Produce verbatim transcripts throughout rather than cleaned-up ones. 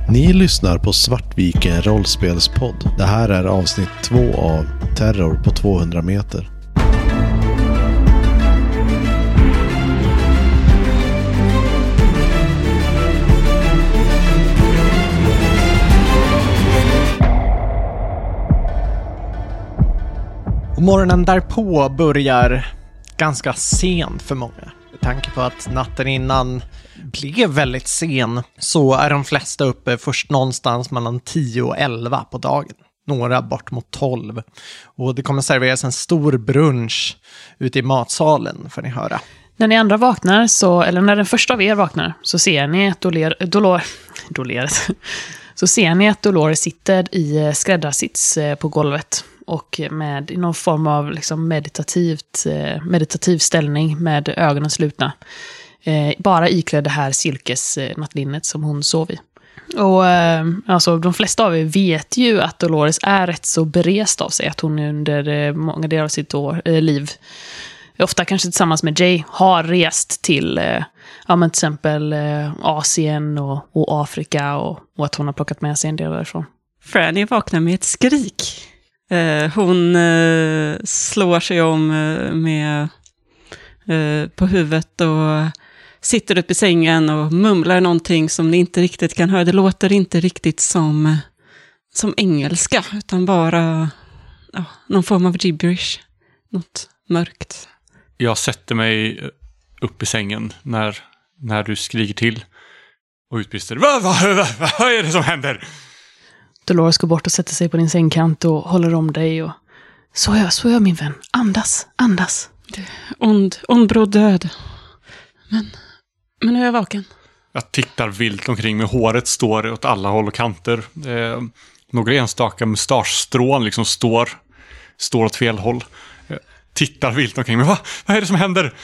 Ni lyssnar på Svartviken rollspelspodd. Det här är avsnitt två av Terror på tvåhundra meter. Och morgonen därpå börjar ganska sent för många. Med tanke på att natten innan blev väldigt sen så är de flesta uppe först någonstans mellan tio och elva på dagen. Några bort mot tolv. Och det kommer serveras en stor brunch ute i matsalen, får ni höra. När ni andra vaknar, så, eller när den första av er vaknar, så ser ni att Dolor, Dolor, Dolores, så ser ni att Dolores sitter i skräddarsits på golvet. Och med någon form av liksom meditativt, meditativ ställning med ögonen slutna. Eh, bara iklädd det här silkesnattlinnet som hon sov i. Och eh, alltså, de flesta av er vet ju att Dolores är rätt så berest av sig. Att hon under eh, många delar av sitt år, eh, liv, ofta kanske tillsammans med Jay, har rest till eh, ja, men till exempel eh, Asien och, och Afrika. Och, och att hon har plockat med sig en del därifrån. Franny vaknar med ett skrik. Eh, hon eh, slår sig om eh, med eh, på huvudet och sitter upp i sängen och mumlar någonting som ni inte riktigt kan höra. Det låter inte riktigt som, som engelska, utan bara ja, någon form av gibberish. Något mörkt. Jag sätter mig upp i sängen när, när du skriker till och utbrister. Vad, vad, vad, vad är det som händer? Dolores går bort och sätter sig på din sängkant och håller om dig. Och så jag, så jag min vän. Andas, andas. Ond, ondbråd död. Men... Men nu är jag vaken. Jag tittar vilt omkring med håret står åt alla håll och kanter. Eh, några enstaka mustaschstrån liksom står, står åt fel håll. Jag tittar vilt omkring mig. Va? Vad är det som händer?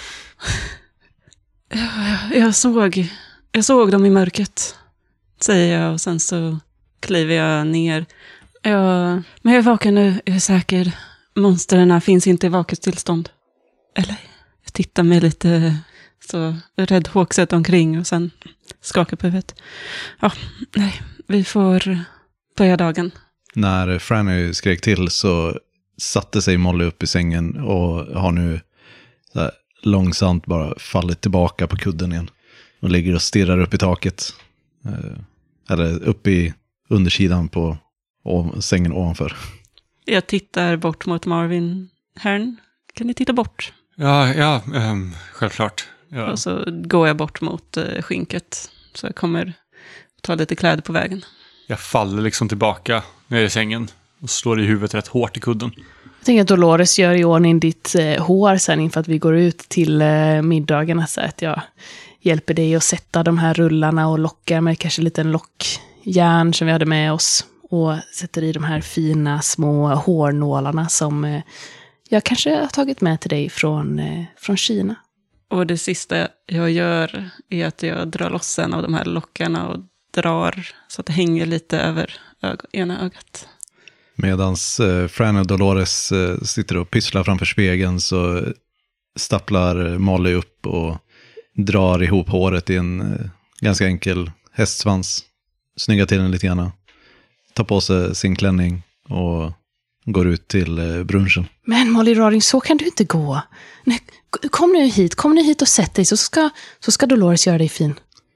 Jag, jag, jag, såg, jag såg dem i mörkret, säger jag. Och sen så kliver jag ner. Jag, men jag är vaken nu, jag är säker. Monsterna finns inte i vaket tillstånd. Eller? Jag tittar mig lite... Så rädd håkset omkring och sen skakar på huvudet. Ja, nej, vi får börja dagen. När Franny skrek till så satte sig Molly upp i sängen och har nu så här långsamt bara fallit tillbaka på kudden igen. Och ligger och stirrar upp i taket. Eller upp i undersidan på sängen ovanför. Jag tittar bort mot Marvin. Herrn, kan ni titta bort? Ja, ja, ähm, självklart. Ja. Och så går jag bort mot uh, skinket. Så jag kommer ta lite kläder på vägen. Jag faller liksom tillbaka ner i sängen och slår i huvudet rätt hårt i kudden. Jag tänker att Dolores gör i ordning ditt eh, hår sen inför att vi går ut till eh, middagen. Så att jag hjälper dig att sätta de här rullarna och lockar med kanske en liten lockjärn som vi hade med oss. Och sätter i de här fina små hårnålarna som eh, jag kanske har tagit med till dig från, eh, från Kina. Och det sista jag gör är att jag drar loss en av de här lockarna och drar så att det hänger lite över ög- ena ögat. Medans eh, Fran och Dolores eh, sitter och pysslar framför spegeln så stapplar Molly upp och drar ihop håret i en eh, ganska enkel hästsvans. Snyggar till den lite grann. Tar på sig sin klänning och går ut till eh, brunchen. Men Molly Raring, så kan du inte gå. Nej, kom nu hit, kom nu hit och sätt dig så ska, så ska Dolores göra dig fin.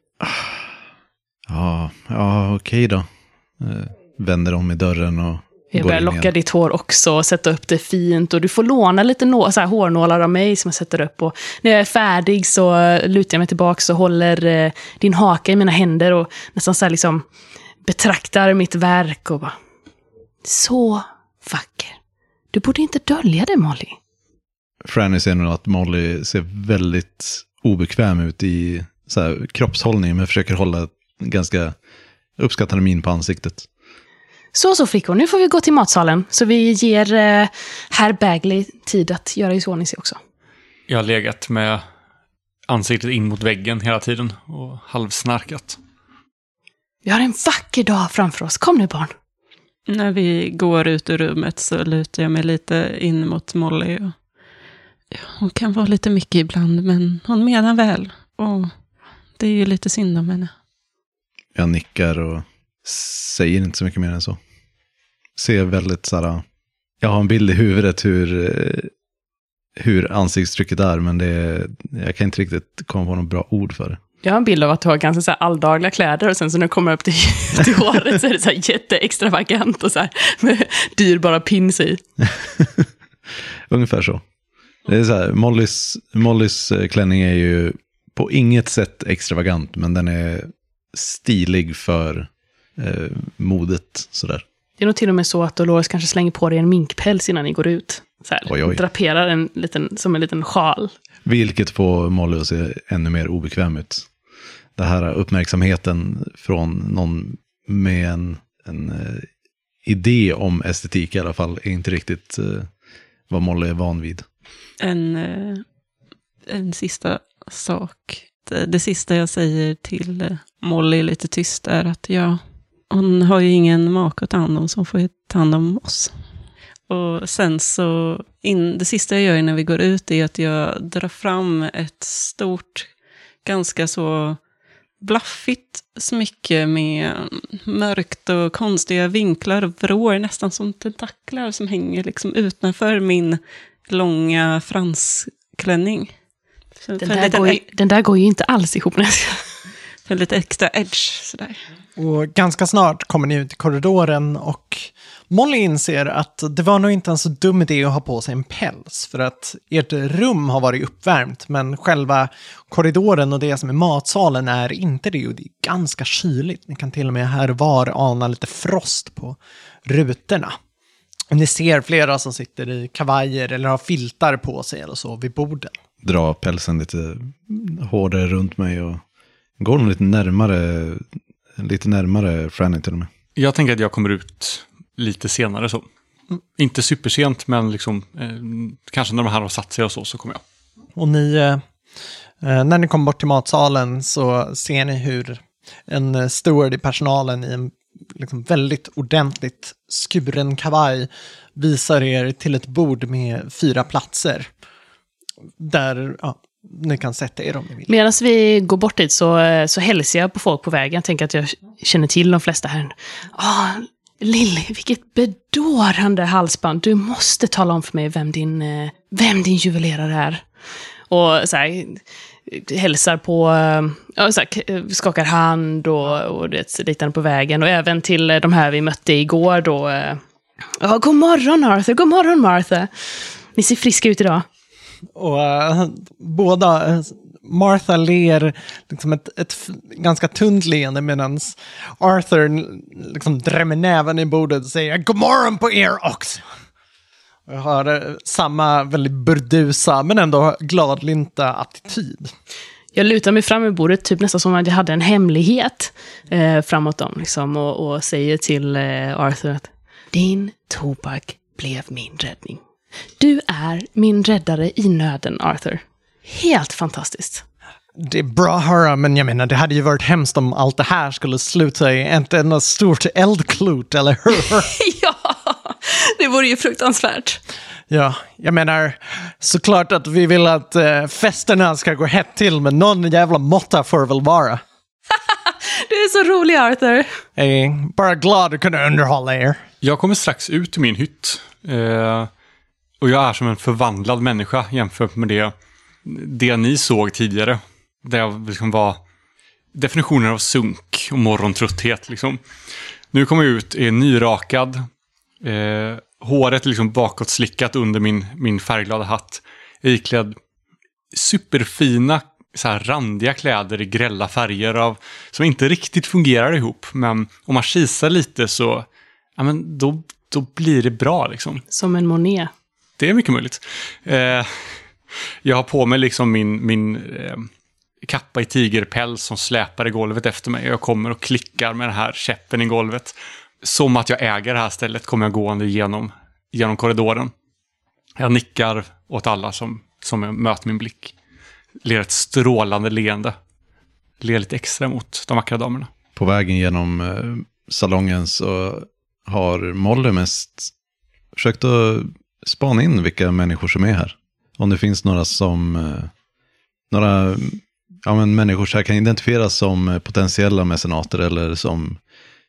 Ja, ja okej då. Eh, vänder om i dörren och jag går börjar in locka igen. ditt hår också och sätta upp det fint. Och du får låna lite nå- så här hårnålar av mig som jag sätter upp. Och när jag är färdig så lutar jag mig tillbaka och håller eh, din haka i mina händer och nästan så här liksom betraktar mitt verk och bara, så vacker. Du borde inte dölja det, Molly. Franny ser nu att Molly ser väldigt obekväm ut i så här, kroppshållning, men försöker hålla en ganska uppskattande min på ansiktet. Så så flickor, nu får vi gå till matsalen. Så vi ger eh, herr Bagley tid att göra i ordning sig också. Jag har legat med ansiktet in mot väggen hela tiden och halvsnarkat. Vi har en vacker dag framför oss. Kom nu, barn. När vi går ut ur rummet så lutar jag mig lite in mot Molly. Och ja, hon kan vara lite mycket ibland, men hon menar väl. Och det är ju lite synd om henne. Jag nickar och säger inte så mycket mer än så. Ser väldigt så här, jag har en bild i huvudet hur, hur ansiktstrycket är, men det, jag kan inte riktigt komma på något bra ord för det. Jag har en bild av att du har ganska så här alldagliga kläder och sen så när du kommer upp till, till håret så är det så här jätteextravagant och så här med dyrbara pins i. Ungefär så. Det är så här, Mollys, Mollys klänning är ju på inget sätt extravagant, men den är stilig för eh, modet sådär. Det är nog till och med så att Dolores kanske slänger på dig en minkpäls innan ni går ut. Så här, oj, oj. Draperar en liten, som en liten sjal. Vilket får Molly att se ännu mer obekväm ut. Det här uppmärksamheten från någon med en, en uh, idé om estetik i alla fall är inte riktigt uh, vad Molly är van vid. En, uh, en sista sak. Det, det sista jag säger till uh, Molly lite tyst är att jag, hon har ju ingen make att ta hand om som får ta hand om oss. Och sen så, in, det sista jag gör när vi går ut är att jag drar fram ett stort, ganska så blaffigt smycke med mörkt och konstiga vinklar och vrår, nästan som tentaklar som hänger liksom utanför min långa fransklänning. Den där, går ju, den där går ju inte alls ihop. För lite extra edge sådär. Och ganska snart kommer ni ut i korridoren och Molly inser att det var nog inte en så dum idé att ha på sig en päls, för att ert rum har varit uppvärmt, men själva korridoren och det som är matsalen är inte det, och det är ganska kyligt. Ni kan till och med här var ana lite frost på rutorna. Och ni ser flera som sitter i kavajer eller har filtar på sig eller så vid borden. Dra pälsen lite hårdare runt mig och går nog lite närmare, lite närmare Franny till och med. Jag tänker att jag kommer ut lite senare så. Mm. Inte supersent, men liksom eh, kanske när de här har satt sig och så, så kommer jag. Och ni, eh, när ni kommer bort till matsalen så ser ni hur en steward i personalen i en liksom väldigt ordentligt skuren kavaj visar er till ett bord med fyra platser. Där, ja, ni kan sätta er om ni vill. Medan vi går bort dit så, så hälsar jag på folk på vägen. Jag tänker att jag känner till de flesta här. Ah, Lilly, vilket bedårande halsband. Du måste tala om för mig vem din, vem din juvelerare är. Och så här, hälsar på, ja, så här, skakar hand och, och det liknande på vägen. Och även till de här vi mötte igår då. Ja, god morgon Arthur, god morgon Martha. Ni ser friska ut idag. Och uh, båda, uh, Martha ler liksom ett, ett ganska tunt leende medan Arthur liksom drämmer näven i bordet och säger god morgon på er också. Jag har uh, samma väldigt burdusa men ändå gladlynta attityd. Jag lutar mig fram i bordet typ nästan som att jag hade en hemlighet eh, framåt dem liksom, och, och säger till eh, Arthur att din tobak blev min räddning. Du är min räddare i nöden, Arthur. Helt fantastiskt. Det är bra att höra, men jag menar, det hade ju varit hemskt om allt det här skulle sluta i inte något stort eldklut, eller hur? Ja, det vore ju fruktansvärt. Ja, jag menar, såklart att vi vill att uh, festerna ska gå hett till, men någon jävla måtta får väl vara. Du är så rolig, Arthur. Jag är bara glad att kunna underhålla er. Jag kommer strax ut ur min hytt. Eh... Och jag är som en förvandlad människa jämfört med det, det ni såg tidigare. Där jag liksom var definitionen av sunk och morgontrötthet. Liksom. Nu kommer jag ut, är nyrakad. Eh, håret liksom bakåt slickat under min, min färgglada hatt. Iklädd superfina så här randiga kläder i grälla färger av, som inte riktigt fungerar ihop. Men om man kisar lite så ja, men då, då blir det bra. Liksom. Som en Monet. Det är mycket möjligt. Eh, jag har på mig liksom min, min eh, kappa i tigerpäls som släpar i golvet efter mig. Jag kommer och klickar med den här käppen i golvet. Som att jag äger det här stället kommer jag gående genom, genom korridoren. Jag nickar åt alla som, som möter min blick. Ler ett strålande leende. Ler lite extra mot de vackra damerna. På vägen genom eh, salongen så har Molly mest försökt att spana in vilka människor som är här. Om det finns några som eh, några ja, men människor som kan identifieras som potentiella mecenater eller som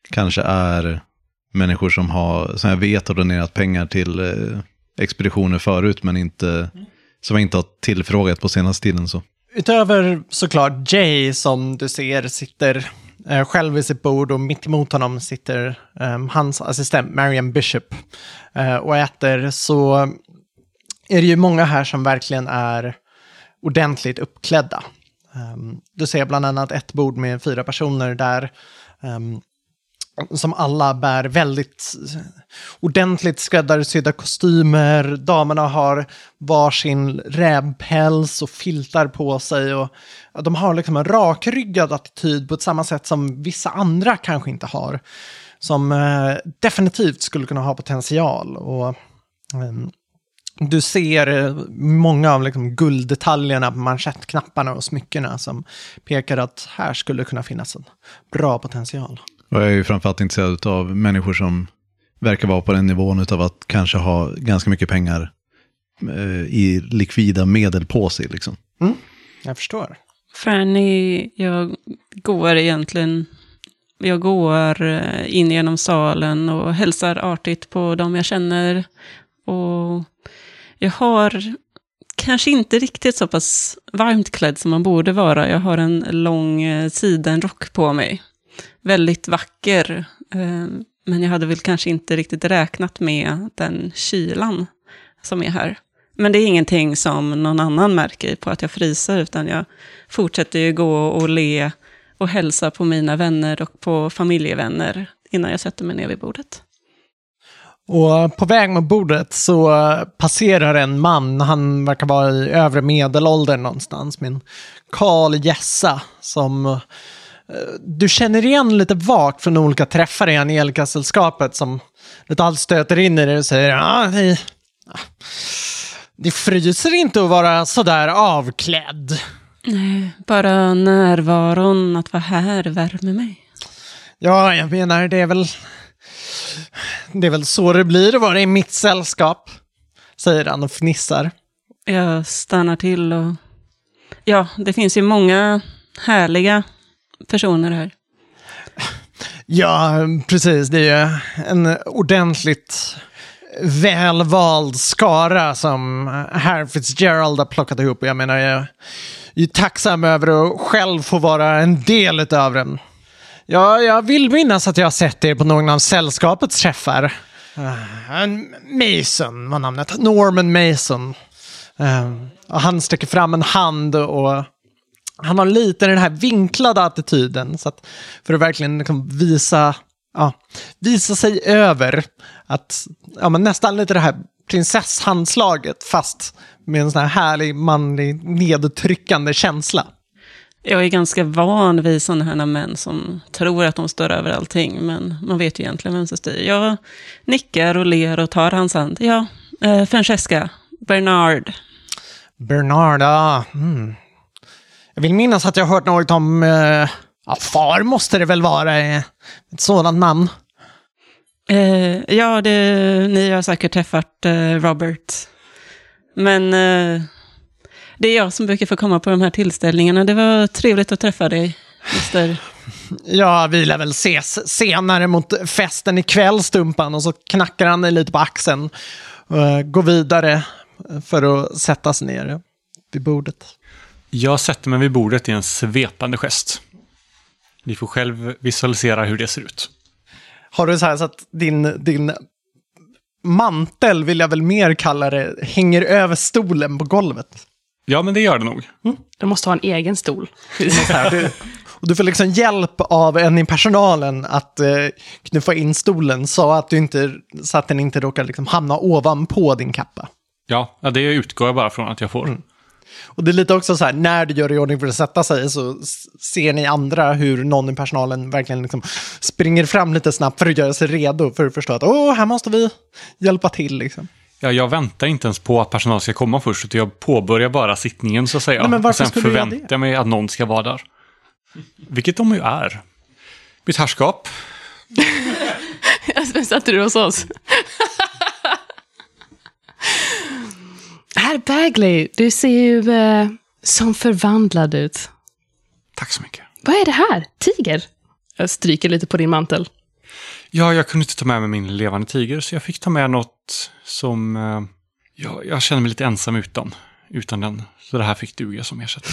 kanske är människor som har, som jag vet, har donerat pengar till eh, expeditioner förut, men inte, som inte har tillfrågat på senaste tiden. Så. Utöver såklart Jay som du ser sitter eh, själv vid sitt bord, och mitt emot honom sitter eh, hans assistent Marian Bishop eh, och äter, så är det ju många här som verkligen är ordentligt uppklädda. Um, du ser bland annat ett bord med fyra personer där um, som alla bär väldigt ordentligt skräddarsydda kostymer. Damerna har varsin rävpäls och filtar på sig, och de har liksom en rakryggad attityd på ett samma sätt som vissa andra kanske inte har, som uh, definitivt skulle kunna ha potential. Och um, du ser många av liksom gulddetaljerna på manschettknapparna och smyckena som pekar att här skulle kunna finnas en bra potential. Och jag är ju framförallt intresserad av människor som verkar vara på den nivån utav att kanske ha ganska mycket pengar eh, i likvida medel på sig. Liksom. Mm, jag förstår. Fanny, jag går egentligen... Jag går in genom salen och hälsar artigt på dem jag känner. Och jag har kanske inte riktigt så pass varmt klädd som man borde vara. Jag har en lång sidenrock på mig. Väldigt vacker. Men jag hade väl kanske inte riktigt räknat med den kylan som är här. Men det är ingenting som någon annan märker på att jag fryser, utan jag fortsätter ju gå och le och hälsa på mina vänner och på familjevänner innan jag sätter mig ner vid bordet. Och på väg mot bordet så passerar en man, han verkar vara i övre medelåldern någonstans, med en kal gässa som uh, du känner igen lite vagt från olika träffar i Angelica-sällskapet, som lite allt stöter in i det och säger ah, det, det fryser inte att vara sådär avklädd. Nej, bara närvaron att vara här värmer mig. Ja, jag menar det är väl det är väl så det blir att vara i mitt sällskap, säger han och fnissar. Jag stannar till och ja, det finns ju många härliga personer här. Ja, precis. Det är ju en ordentligt välvald skara som Herr Fitzgerald har plockat ihop. Jag menar, jag är tacksam över att själv få vara en del av den. Ja, jag vill minnas att jag har sett er på någon av sällskapets träffar. Uh, Mason var namnet. Norman Mason. Uh, och han sträcker fram en hand och han har lite den här vinklade attityden. Så att för att verkligen liksom visa, ja, visa sig över. Att, ja, men nästan lite det här prinsesshandslaget, fast med en sån här härlig, manlig, nedtryckande känsla. Jag är ganska van vid sådana här män som tror att de står över allting, men man vet ju egentligen vem som styr. Jag nickar och ler och tar hans hand. Ja, eh, Francesca, Bernard. Bernard, ja. Mm. Jag vill minnas att jag har hört något om... Eh, ja, far måste det väl vara, eh, ett sådant namn. Eh, ja, det, ni har säkert träffat eh, Robert. Men... Eh, Det är jag som brukar få komma på de här tillställningarna. Det var trevligt att träffa dig, mister. Ja, vi lär väl ses senare mot festen ikväll, Stumpan. Och så knackar han dig lite på axeln och går vidare för att sätta sig ner vid bordet. Jag sätter mig vid bordet i en svepande gest. Ni får själv visualisera hur det ser ut. Har du så här så att din, din mantel, vill jag väl mer kalla det, hänger över stolen på golvet? Ja, men det gör det nog. Mm. Du måste ha en egen stol. Här, du, och du får liksom hjälp av en i personalen att eh, knuffa in stolen så att, du inte, så att den inte råkar liksom hamna ovanpå din kappa. Ja, det utgår jag bara från att jag får. Mm. Och det är lite också så här, när du gör i ordning för att sätta sig så ser ni andra hur någon i personalen verkligen liksom springer fram lite snabbt för att göra sig redo för att förstå att åh, här måste vi hjälpa till liksom. Ja, jag väntar inte ens på att personal ska komma först, utan jag påbörjar bara sittningen så att säga. Nej, men varför och sen skulle förväntar jag mig att någon ska vara där. Vilket de ju är. Mitt herrskap. Jag satte du hos oss. Herr Bagley, du ser ju eh, som förvandlad ut. Tack så mycket. Vad är det här? Tiger? Jag stryker lite på din mantel. Ja, jag kunde inte ta med mig min levande tiger, så jag fick ta med något som eh, ja, jag känner mig lite ensam utan, utan den. Så det här fick duga som ersättning.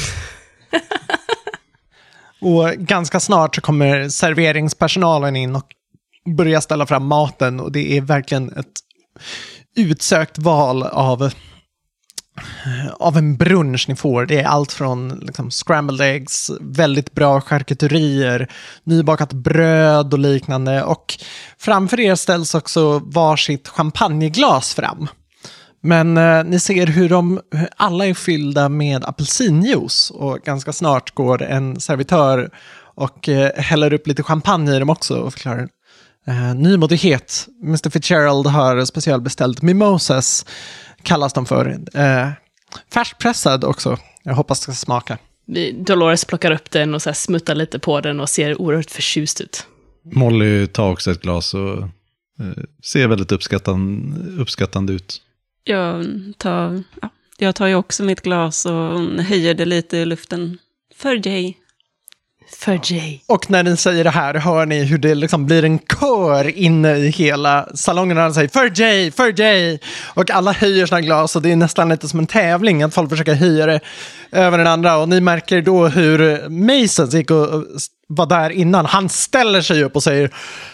Och ganska snart så kommer serveringspersonalen in och börjar ställa fram maten. Och det är verkligen ett utsökt val av, av en brunch ni får. Det är allt från liksom, scrambled eggs, väldigt bra charkuterier, nybakat bröd och liknande. Och framför er ställs också varsitt champagneglas fram. Men eh, ni ser hur de hur alla är fyllda med apelsinjuice. Och ganska snart går en servitör och eh, häller upp lite champagne i dem också och förklarar eh, nymodighet. mister Fitzgerald har specialbeställt mimosas, kallas de för. Eh, färskpressad också. Jag hoppas det ska smaka. Dolores plockar upp den och så här smuttar lite på den och ser oerhört förtjust ut. Molly tar också ett glas och eh, ser väldigt uppskattande, uppskattande ut. Jag tar, ja, jag tar ju också mitt glas och höjer det lite i luften. För Jay. För Jay. Och när ni säger det här hör ni hur det liksom blir en kör inne i hela salongen. Och de säger för Jay, för Jay. Och alla höjer sina glas och det är nästan lite som en tävling att folk försöker höja det över den andra. Och ni märker då hur Mason gick och var där innan. Han ställer sig upp och säger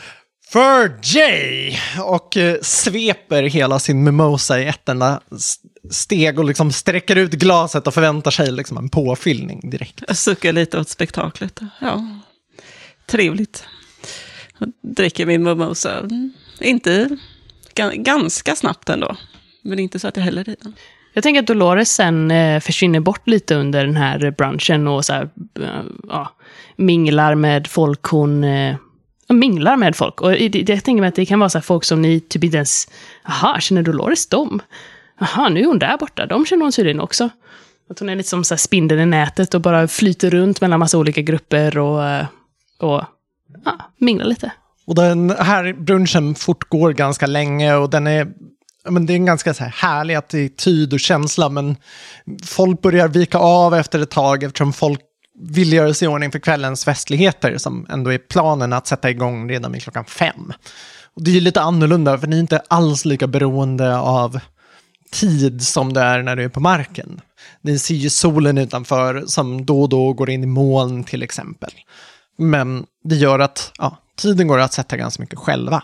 för Jay! Och eh, sveper hela sin mimosa i ett enda steg och liksom sträcker ut glaset och förväntar sig liksom en påfyllning direkt. Jag suckar lite åt spektaklet. Ja, trevligt. Jag dricker min mimosa. Inte g- ganska snabbt ändå. Men inte så att jag häller i den. Jag tänker att Dolores sen eh, försvinner bort lite under den här brunchen och så här, eh, ja, minglar med folk hon... Eh, minglar med folk. Och det, det, jag tänker mig att det kan vara så här folk som ni typ inte ens... Aha, känner Dolores dem? Aha, nu är hon där borta. De känner hon tydligen också. Att hon är lite som så här spindeln i nätet och bara flyter runt mellan massa olika grupper och, och ja, minglar lite. Och den här brunchen fortgår ganska länge och den är... Men det är en ganska så här härlig attityd och känsla, men folk börjar vika av efter ett tag eftersom folk vill göra sig i ordning för kvällens festligheter som ändå är planen att sätta igång redan vid klockan fem. Och det är ju lite annorlunda för ni är inte alls lika beroende av tid som det är när du är på marken. Ni ser ju solen utanför som då och då går in i moln till exempel. Men det gör att ja, tiden går att sätta ganska mycket själva.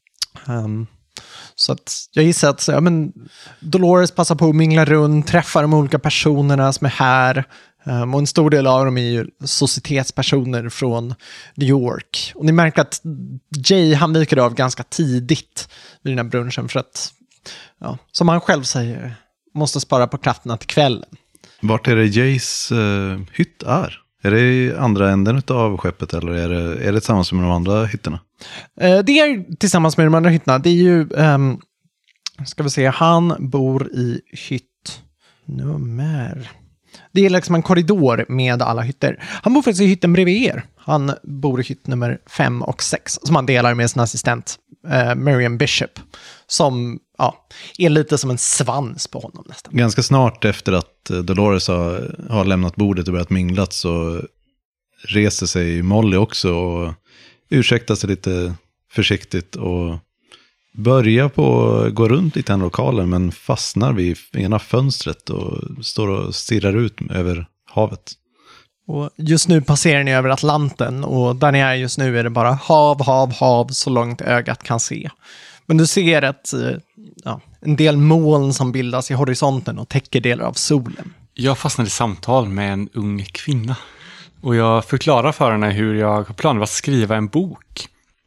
Um, så att jag gissar att ja, men Dolores passar på att mingla runt, träffa de olika personerna som är här. Um, och en stor del av dem är ju societetspersoner från New York. Och ni märker att Jay, han viker av ganska tidigt vid den här brunchen för att, ja, som han själv säger, måste spara på krafterna till kvällen. Vart är det Jays uh, hytt är? Är det i andra änden av skeppet eller är det, är det tillsammans med de andra hytterna? Uh, det är tillsammans med de andra hytterna. Det är ju, um, ska vi se, han bor i hytt nummer... Det är liksom en korridor med alla hytter. Han bor faktiskt i hytten bredvid er. Han bor i hytt nummer fem och sex som han delar med sin assistent eh, Miriam Bishop. Som ja, är lite som en svans på honom nästan. Ganska snart efter att Dolores har, har lämnat bordet och börjat minglat så reser sig Molly också och ursäktar sig lite försiktigt och börjar på att gå runt i den lokalen men fastnar vid ena fönstret och står och stirrar ut över havet. Och just nu passerar ni över Atlanten och där ni är just nu är det bara hav, hav, hav så långt ögat kan se. Men du ser ett, ja, en del moln som bildas i horisonten och täcker delar av solen. Jag fastnade i samtal med en ung kvinna och jag förklarar för henne hur jag har planerat att skriva en bok.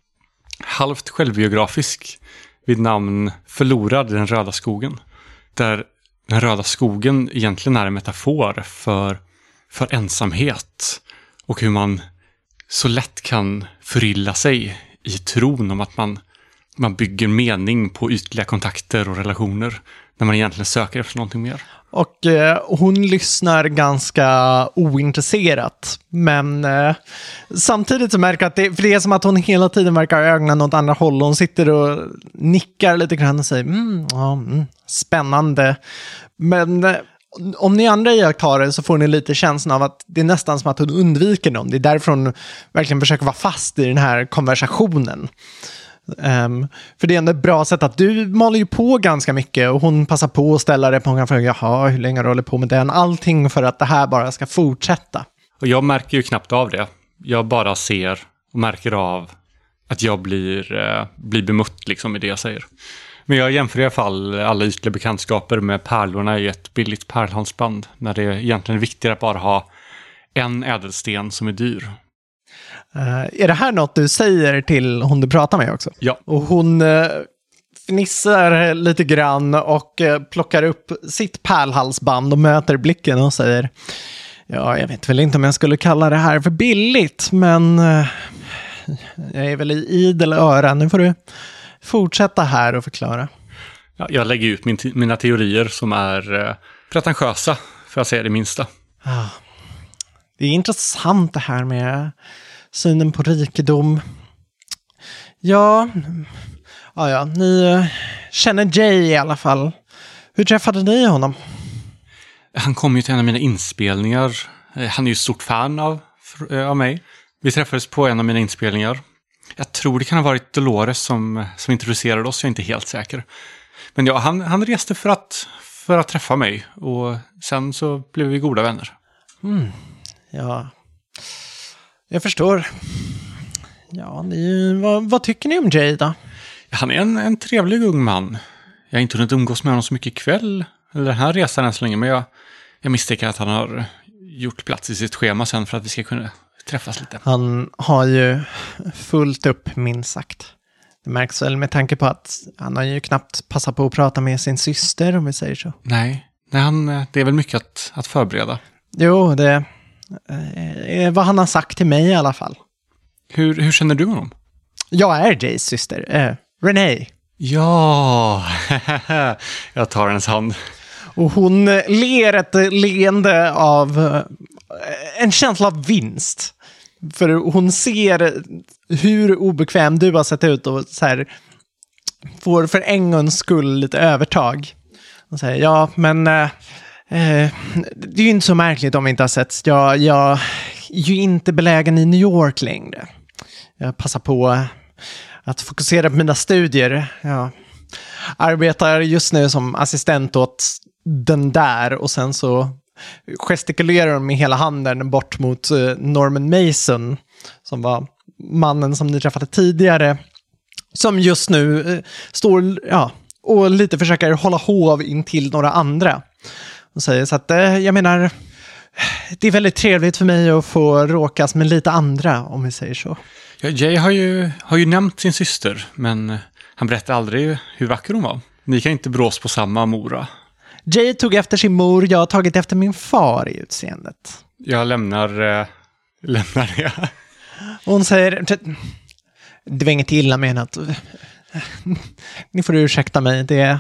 Halvt självbiografisk vid namn Förlorad i den röda skogen. Där den röda skogen egentligen är en metafor för, för ensamhet. Och hur man så lätt kan förilla sig i tron om att man, man bygger mening på ytliga kontakter och relationer. När man egentligen söker efter någonting mer. Och eh, hon lyssnar ganska ointresserat. Men eh, samtidigt så märker jag att det, för det är som att hon hela tiden verkar ha ögonen åt andra håll. Hon sitter och nickar lite grann och säger mm, ja, mm, spännande. Men eh, om ni andra iakttar det så får ni lite känslan av att det är nästan som att hon undviker någon. Det är därför hon verkligen försöker vara fast i den här konversationen. Um, för det är ändå ett bra sätt att du maler ju på ganska mycket och hon passar på att ställa det på många frågor. Jaha, hur länge har du hållit på med den? Allting för att det här bara ska fortsätta. Och jag märker ju knappt av det. Jag bara ser och märker av att jag blir, eh, blir bemött liksom i det jag säger. Men jag jämför i alla fall alla ytliga bekantskaper med pärlorna i ett billigt pärlhalsband. När det egentligen är viktigare att bara ha en ädelsten som är dyr. Uh, är det här något du säger till hon du pratar med också? Ja. Och hon uh, fnissar lite grann och uh, plockar upp sitt pärlhalsband och möter blicken och säger: ja, jag vet väl inte om jag skulle kalla det här för billigt, men uh, jag är väl i idel öra. Nu får du fortsätta här och förklara. Ja, jag lägger ut min te- mina teorier som är uh, pretentiösa, för att säga det minsta. Ah. Det är intressant det här med synen på rikedom. Ja, ja, ja ni känner Jay i alla fall. Hur träffade ni honom? Han kom ju till en av mina inspelningar. Han är ju ett stort fan av, av mig. Vi träffades på en av mina inspelningar. Jag tror det kan ha varit Dolores som, som introducerade oss, jag är inte helt säker. Men ja, han, han reste för att, för att träffa mig. Och sen så blev vi goda vänner. Mm. Ja, jag förstår. Ja, ni, vad, vad tycker ni om Jay då? Han är en, en trevlig ung man. Jag har inte hunnit umgås med honom så mycket ikväll. Eller den här resan än så länge. Men jag, jag misstänker att han har gjort plats i sitt schema sen för att vi ska kunna träffas lite. Han har ju fullt upp, minst sagt. Det märks väl med tanke på att han har ju knappt passat på att prata med sin syster, om vi säger så. Nej, Nej han, det är väl mycket att, att förbereda. Jo, det är vad han har sagt till mig i alla fall. Hur, hur känner du honom? Jag är Jays syster, eh, Renee. Ja, jag tar hennes hand. Och hon ler ett leende av en känsla av vinst. För hon ser hur obekväm du har sett ut och så här får för en gångs skull lite övertag. Och säger, ja, men eh, det är ju inte så märkligt om vi inte har sett. Jag, jag är ju inte belägen i New York längre. Jag passar på att fokusera på mina studier. Jag arbetar just nu som assistent åt den där och sen så gestikulerar de med hela handen bort mot Norman Mason som var mannen som ni träffade tidigare, som just nu står ja, och lite försöker hålla hov in till några andra och säger så att jag menar det är väldigt trevligt för mig att få råkas med lite andra, om vi säger så. Ja, Jay har ju, har ju nämnt sin syster, men han berättade aldrig hur vacker hon var. Ni kan inte brås på samma Mora. Jay tog efter sin mor, jag har tagit efter min far i utseendet. Jag lämnar, äh, lämnar det. Hon säger, det var inget illa menat. Ni får ursäkta mig, det,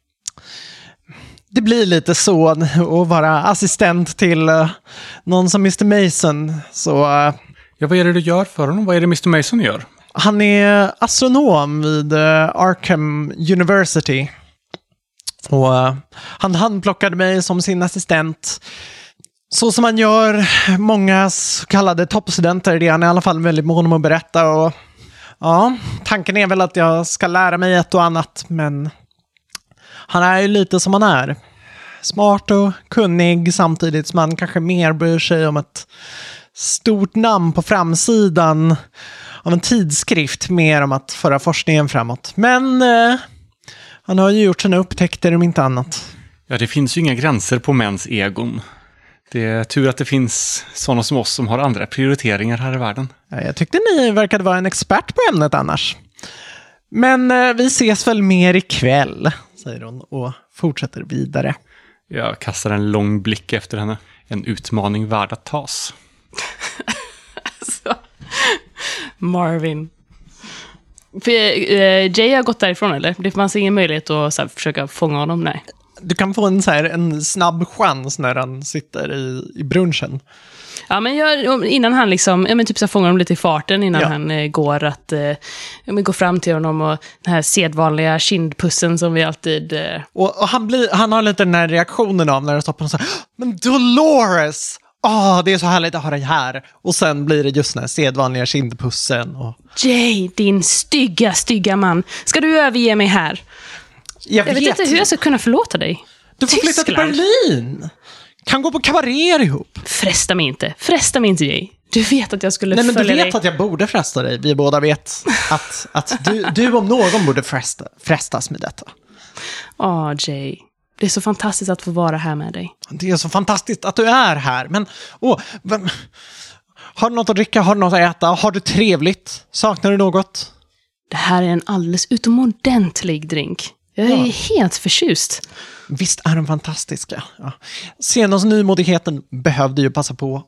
det blir lite så att vara assistent till uh, någon som mister Mason. Så, uh, ja, vad är det du gör för honom? Vad är det mister Mason gör? Han är astronom vid uh, Arkham University. Och uh, han handplockade mig som sin assistent. Så som man gör många så kallade toppstudenter, det är han i alla fall väldigt mån om att berätta. Och ja, tanken är väl att jag ska lära mig ett och annat, men han är ju lite som han är. Smart och kunnig samtidigt som man kanske mer bryr sig om ett stort namn på framsidan av en tidskrift, mer om att föra forskningen framåt. Men eh, han har ju gjort sina upptäckter om inte annat. Ja, det finns ju inga gränser på mäns egon. Det är tur att det finns sådana som oss som har andra prioriteringar här i världen. Ja, jag tyckte ni verkade vara en expert på ämnet annars. Men eh, vi ses väl mer ikväll, säger hon och fortsätter vidare. Jag kastar en lång blick efter henne. En utmaning värd att tas. Alltså, Marvin. För, eh, Jay har gått därifrån, eller? Det fanns ingen möjlighet att så här, försöka fånga honom, nej. Du kan få en, så här, en snabb chans när han sitter i, i brunchen. Ja, men jag, innan han liksom, ja, men typ så fångar dem lite i farten innan Ja. han eh, går att eh, ja, men går fram till honom och den här sedvanliga kindpussen som vi alltid... Eh, Och, och han, blir, han har lite den här reaktionen av när det stoppar och så här, men Dolores! Ah, det är så härligt att ha dig här. Och sen blir det just den här sedvanliga kindpussen. Och... Jay, din stygga, stygga man. Ska du överge mig här? Jag, Jag vet inte hur jag ska kunna förlåta dig. Du får flytta till Tyskland. Berlin. Kan gå på kabaréer ihop. Fresta mig inte. Fresta mig inte, Jay. Du vet att jag skulle Nej, men du följa vet dig. att jag borde fresta dig. Vi båda vet att, att du, du om någon borde fresta, frestas med detta. Åh, Jay. Det är så fantastiskt att få vara här med dig. Det är så fantastiskt att du är här. Men, åh, vem, har du något att dricka? Har du något att äta? Har du trevligt? Saknar du något? Det här är en alldeles utomordentlig drink. Jag är Ja. helt förtjust. Visst är den fantastiska. Ja. Senast nymodigheten behövde ju passa på.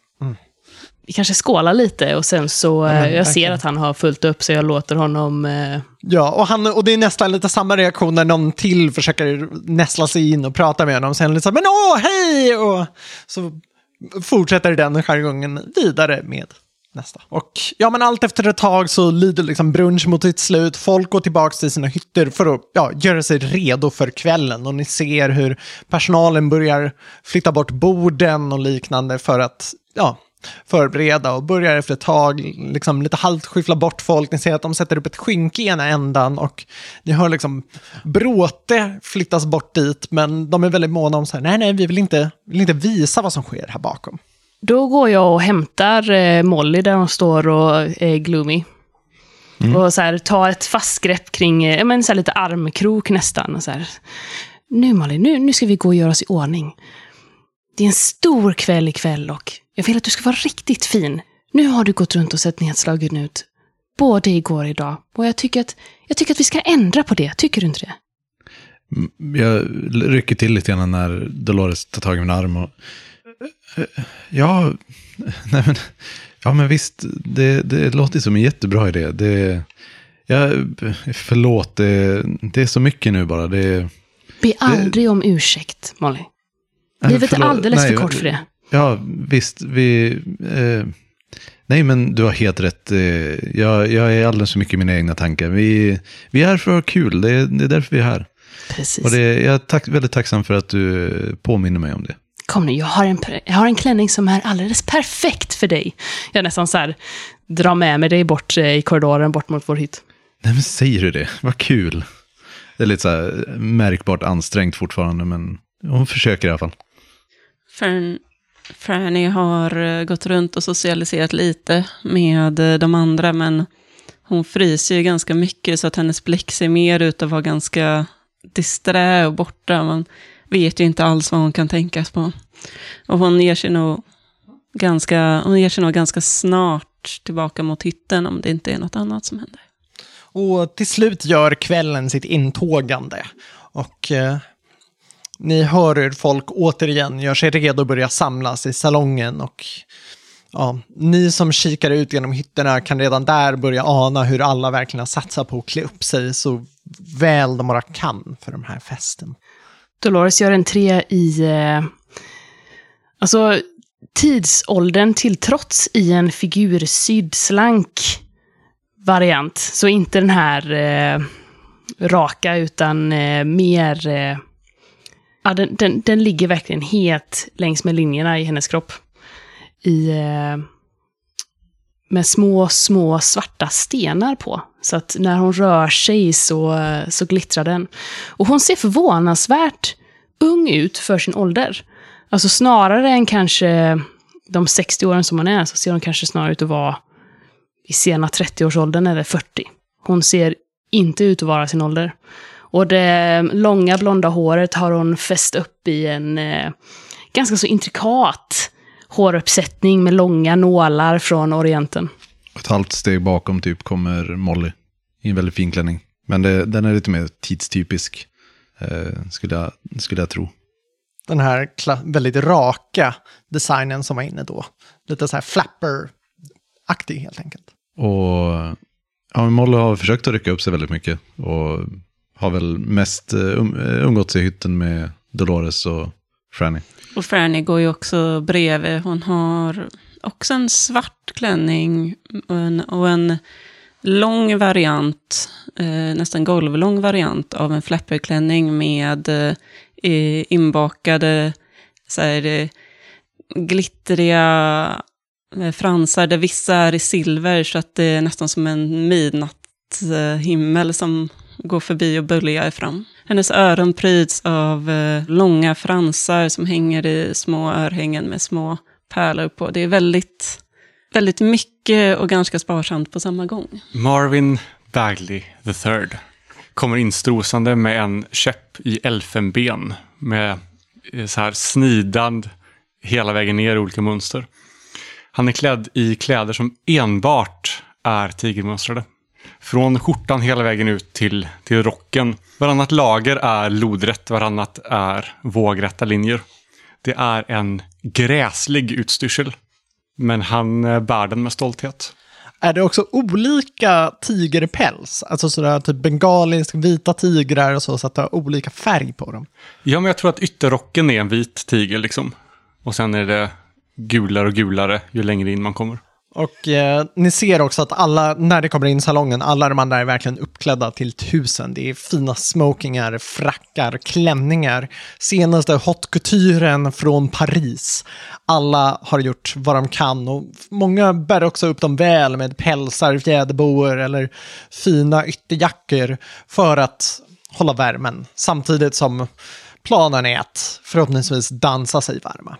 Vi kanske skålar lite och sen så... Ja, men, eh, jag ser verkligen. att han har fullt upp så jag låter honom... Eh, Ja, och, han, och det är nästan lite samma reaktion när någon till försöker näsla sig in och prata med honom. Sen lite så här, men åh, hej! Och så fortsätter den jargongen vidare med nästa. Och ja, men allt efter ett tag så lider liksom brunch mot sitt slut. Folk går tillbaka till sina hytter för att ja, göra sig redo för kvällen. Och ni ser hur personalen börjar flytta bort borden och liknande för att ja, förbereda och börjar efter ett tag liksom lite halvt skyffla bort folk. Ni ser att de sätter upp ett skynke i ena ändan och ni hör liksom bråte flyttas bort dit, men de är väldigt måna om så här, nej nej, vi vill inte, vill inte visa vad som sker här bakom. Då går jag och hämtar eh, Molly där hon står och är gloomy. Mm. Och så här, tar ett fastgrepp kring, eh, men så här lite armkrok nästan. Och så här, nu Molly, nu, nu ska vi gå och göra oss i ordning. Det är en stor kväll ikväll och jag vill att du ska vara riktigt fin. Nu har du gått runt och sett nedslagen ut. Både igår och idag. Och jag tycker att, jag tycker att vi ska ändra på det. Tycker du inte det? Jag rycker till lite grann när Dolores tar tag i min arm och ja, nej men, ja men visst, det, det låter som en jättebra idé. Det, ja, förlåt, det, det är så mycket nu bara. Det, Be aldrig det, om ursäkt, Molly. Livet förlåt, är alldeles nej, för kort för det. Ja, visst, vi... Eh, nej, men du har helt rätt. Eh, jag, jag är alldeles för mycket i mina egna tankar. Vi, vi är här för att ha kul, det är, det är därför vi är här. Precis. Och det, jag är tack, väldigt tacksam för att du påminner mig om det. Kom nu, jag har, en, jag har en klänning som är alldeles perfekt för dig. Jag nästan så här, drar med mig dig bort i korridoren, bort mot vår hytt. Nej, men säger du det? Vad kul. Det är lite så här märkbart ansträngt fortfarande, men hon försöker i alla fall. Fern, Franny har gått runt och socialiserat lite med de andra, men hon fryser ju ganska mycket så att hennes blick ser mer ut att vara ganska disträ och borta. Man vet ju inte alls vad hon kan tänkas på. Och hon ger sig nog ganska, hon ger sig nog ganska snart tillbaka mot hytten om det inte är något annat som händer. Och till slut gör kvällen sitt intågande. Och eh, ni hör hur folk återigen gör sig redo att börja samlas i salongen. Och ja, ni som kikar ut genom hytterna kan redan där börja ana hur alla verkligen har satsat på att klä upp sig så väl de bara kan för den här festen. Dolores gör entré i eh, alltså tidsåldern till trots i en figursydd slank variant. Så inte den här eh, raka utan eh, mer eh, ja, den, den, den ligger verkligen helt längs med linjerna i hennes kropp. I eh, med små, små svarta stenar på. Så att när hon rör sig så, så glittrar den. Och hon ser förvånansvärt ung ut för sin ålder. Alltså snarare än kanske de sextio åren som hon är så ser hon kanske snarare ut att vara i sena trettio-årsåldern eller fyrtio. Hon ser inte ut att vara sin ålder. Och det långa blonda håret har hon fäst upp i en eh, ganska så intrikat håruppsättning med långa nålar från Orienten. Ett halvt steg bakom typ kommer Molly i en väldigt fin klänning. Men det, den är lite mer tidstypisk, eh, skulle, jag, skulle jag tro. Den här kla- väldigt raka designen som var inne då. Lite så här flapper-aktig helt enkelt. Och ja, Molly har försökt att rycka upp sig väldigt mycket. Och har väl mest um, umgått sig i hytten med Dolores och Franny. Och Franny går ju också bredvid. Hon har också en svart klänning och en, och en lång variant, eh, nästan golvlång variant av en flapperklänning med eh, inbakade så här, eh, glittriga eh, fransar där vissa är i silver så att det är nästan som en midnattshimmel eh, som går förbi och böljar fram. Hennes öron pryds av eh, långa fransar som hänger i små örhängen med små pärlor på. Det är väldigt, väldigt mycket och ganska sparsamt på samma gång. Marvin Bagley the third kommer instrosande med en käpp i elfenben med så här snidand hela vägen ner i olika mönster. Han är klädd i kläder som enbart är tigermönstrade. Från skjortan hela vägen ut till, till rocken. Varannat lager är lodrätt, varannat är vågrätta linjer. Det är en gräslig utstyrsel. Men han bär den med stolthet. Är det också olika tigerpäls? Alltså sådär typ bengalisk, vita tigrar och så, så att det har olika färg på dem. Ja, men jag tror att ytterrocken är en vit tiger liksom. Och sen är det gulare och gulare ju längre in man kommer. Och eh, ni ser också att alla, när det kommer in i salongen, alla de andra är verkligen uppklädda till tusen. Det är fina smokingar, frackar, klänningar. Senaste hot couturen från Paris. Alla har gjort vad de kan och många bär också upp dem väl med pälsar, fjäderboer eller fina ytterjackor för att hålla värmen. Samtidigt som planen är att förhoppningsvis dansa sig varma.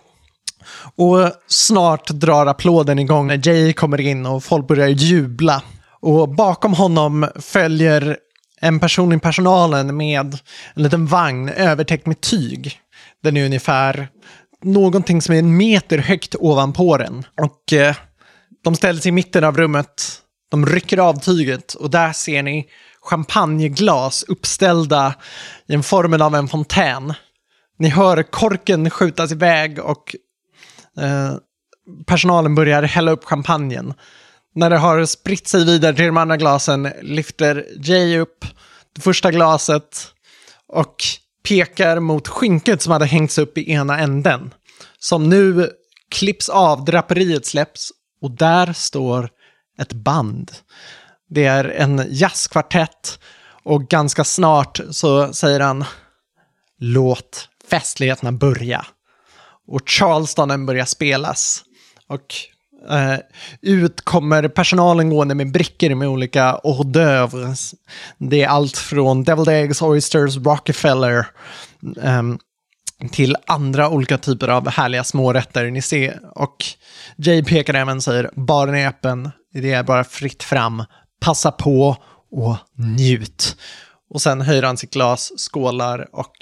Och snart drar applåden igång när Jay kommer in och folk börjar jubla. Och bakom honom följer en person i personalen med en liten vagn övertäckt med tyg. Den är ungefär någonting som är en meter högt ovanpå den. Och eh, de ställer sig i mitten av rummet. De rycker av tyget och där ser ni champagneglas uppställda i en formen av en fontän. Ni hör korken skjutas iväg och Eh, personalen börjar hälla upp champagnen. När det har spritt sig vidare till de andra glasen lyfter Jay upp det första glaset och pekar mot skynket som hade hängts upp i ena änden. Som nu klipps av, draperiet släpps och där står ett band. Det är en jazzkvartett och ganska snart så säger han: låt festligheterna börja. Och Charlestonen börjar spelas. Och eh, ut kommer personalen gående med brickor med olika hors d'oeuvres. Det är allt från deviled eggs, oysters, Rockefeller eh, till andra olika typer av härliga smårätter. Ni ser. Och Jay pekar även och säger: baren är öppen. Det är bara fritt fram. Passa på och njut. Och sen höjer han sitt glas, skålar och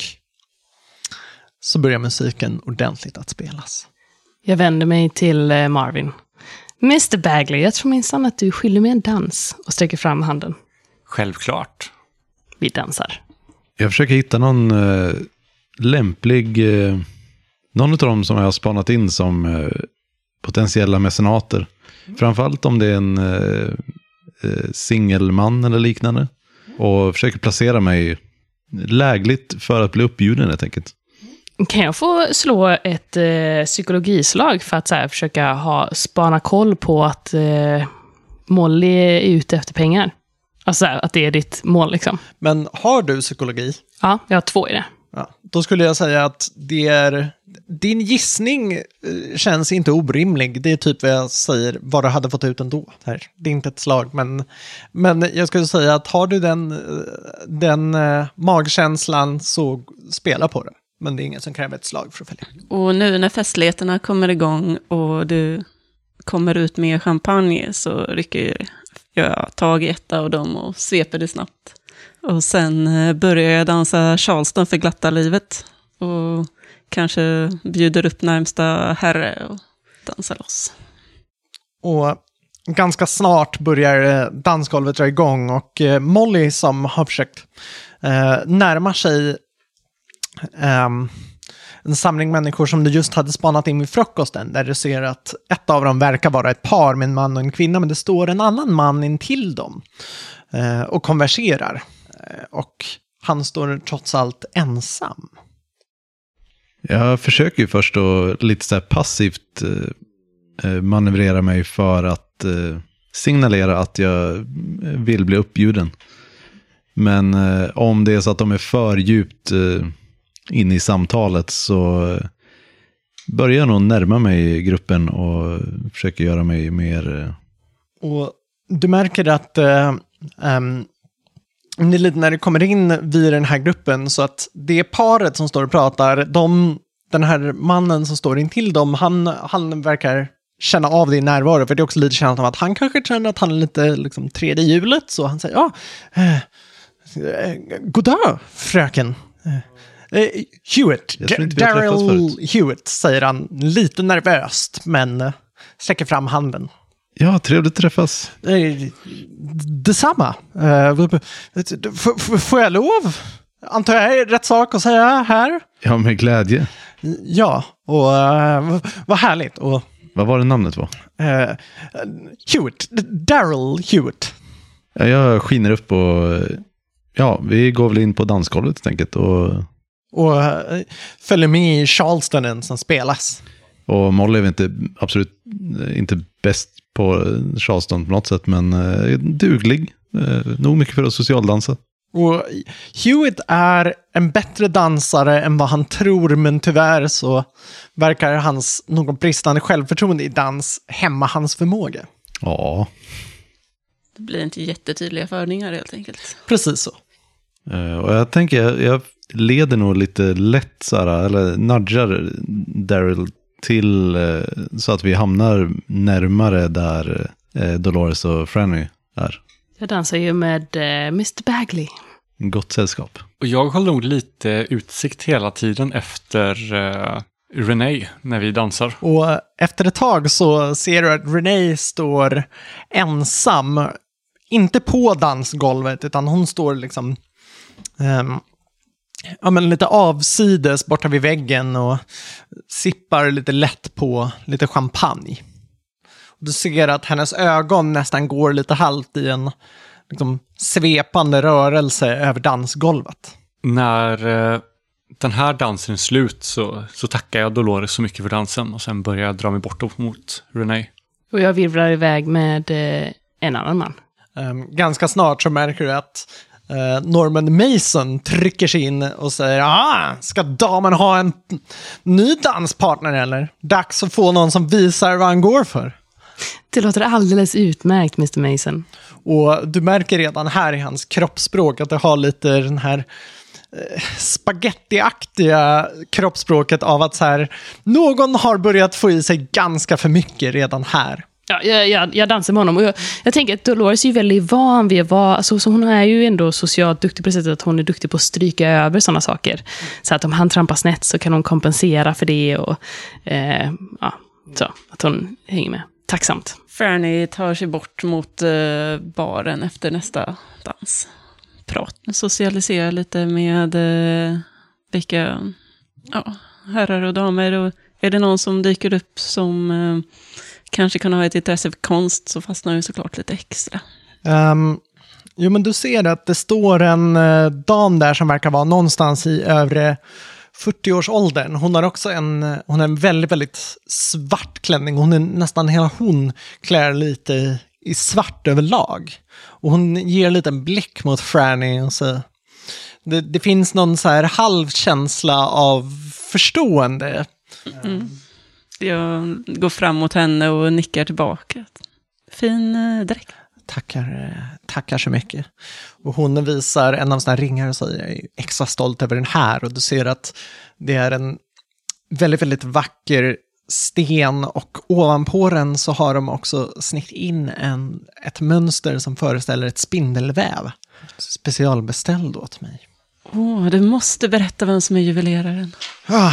så börjar musiken ordentligt att spelas. Jag vänder mig till Marvin. mister Bagley, jag tror minsann att du skyller mig en dans och sträcker fram handen. Självklart. Vi dansar. Jag försöker hitta någon eh, lämplig... Eh, någon av dem som jag har spanat in som eh, potentiella mecenater. Framförallt om det är en eh, eh, singelman eller liknande. Och försöker placera mig lägligt för att bli uppbjuden helt enkelt. Kan jag få slå ett eh, psykologislag för att så här, försöka ha, spana koll på att eh, Molly är ute efter pengar? Alltså att det är ditt mål liksom. Men har du psykologi? Ja, jag har två i det. Ja, då skulle jag säga att det är... Din gissning känns inte orimlig. Det är typ vad jag säger, vad du hade fått ut ändå. Här. Det är inte ett slag, men, men jag skulle säga att har du den, den uh, magkänslan så spela på det. Men det är ingen som kräver ett slag för att följa. Och nu när festligheterna kommer igång och du kommer ut med champagne så rycker jag tag i ett av dem och sveper det snabbt. Och sen börjar jag dansa Charleston för glatta livet. Och kanske bjuder upp närmsta herre och dansar loss. Och ganska snart börjar dansgolvet dra igång. Och Molly som har försökt eh, närma sig Um, en samling människor som du just hade spanat in vid frukosten, där du ser att ett av dem verkar vara ett par med en man och en kvinna, men det står en annan man in till dem uh, och konverserar uh, och han står trots allt ensam. Jag försöker ju först att lite så här passivt eh, manövrera mig för att eh, signalera att jag vill bli uppbjuden. Men eh, om det är så att de är för djupt eh, in i samtalet så eh, börjar jag nog närma mig gruppen och försöker göra mig mer... Eh... Och du märker att eh, um, det är lite när det kommer in vid den här gruppen så att det paret som står och pratar, de, den här mannen som står intill dem, han, han verkar känna av din närvaro, för det är också lite känt av att han kanske känner att han är lite liksom tredje hjulet, så han säger ja, eh, eh, god dag, fröken. Eh, Hewitt, D- Daryl Hewitt, säger han lite nervöst, men eh, sträcker fram handen. Ja, trevligt att träffas. Eh, detsamma. Eh, f- f- får jag lov? Antar jag är rätt sak att säga här? Ja, med glädje. Ja, och uh, vad härligt. Och, vad var det namnet var? Uh, Hewitt, Daryl Hewitt. Ja, jag skiner upp och ja, vi går väl in på dansgolvet helt enkelt. Och, och uh, följer med i Charlestonen som spelas. Och Molly är inte absolut inte bäst på Charleston på något sätt, men uh, duglig. Uh, nog mycket för att socialdansa. Och Hewitt är en bättre dansare än vad han tror, men tyvärr så verkar hans någon bristande självförtroende i dans hämma hans förmåga. Ja. Det blir inte jättetydliga förningar helt enkelt. Precis så. Uh, och jag tänker, jag, jag leder nog lite lätt så här, eller nudgar Daryl till uh, så att vi hamnar närmare där uh, Dolores och Franny är. Jag dansar ju med uh, mister Bagley. Gott sällskap. Och jag håller nog lite utsikt hela tiden efter uh, Renee när vi dansar. Och efter ett tag så ser du att Renee står ensam. Inte på dansgolvet, utan hon står liksom um, ja, men lite avsides borta vid väggen och sippar lite lätt på lite champagne. Du ser att hennes ögon nästan går lite halt i en liksom, svepande rörelse över dansgolvet. När eh, den här dansen är slut så, så tackar jag Dolores så mycket för dansen och sen börjar jag dra mig bort mot Renee. Och jag virvlar iväg med eh, en annan man. Um, ganska snart så märker du att uh, Norman Mason trycker sig in och säger ah, ska damen ha en ny danspartner eller? Dags att få någon som visar vad han går för. Det låter alldeles utmärkt, mister Mason. Och du märker redan här i hans kroppsspråk att det har lite den här eh, spagettiaktiga kroppsspråket av att så här, någon har börjat få i sig ganska för mycket redan här. Ja, jag, jag, jag dansar med honom och jag, jag tänker att Dolores är ju väldigt van vid att vara, alltså, så hon är ju ändå socialt duktig på det sättet att hon är duktig på att stryka över sådana saker. Så att om han trampar snett så kan hon kompensera för det och eh, ja, så att hon hänger med. Tacksamt. Franny tar sig bort mot eh, baren efter nästa dans. Prat, socialisera lite med eh, vilka ja, herrar och damer. Och är det någon som dyker upp som eh, kanske kan ha ett intresse för konst så fastnar ju såklart lite extra. Um, jo, men du ser att det står en uh, dam där som verkar vara någonstans i övre fyrtio-årsåldern. Hon har också en, hon har en väldigt, väldigt svart klänning. Hon är nästan hela hon klär lite i, i svart överlag. Och hon ger en liten blick mot Franny och så. Det, det finns någon så här halvkänsla av förstående. Mm. Jag går fram mot henne och nickar tillbaka. Fin eh, dräkt. Tackar, tackar så mycket. Och hon visar en av sina ringar och säger jag är extra stolt över den här. Och du ser att det är en väldigt, väldigt vacker sten och ovanpå den så har de också snitt in en, ett mönster som föreställer ett spindelväv. Specialbeställd åt mig. Åh, oh, du måste berätta vem som är juveleraren. Ah,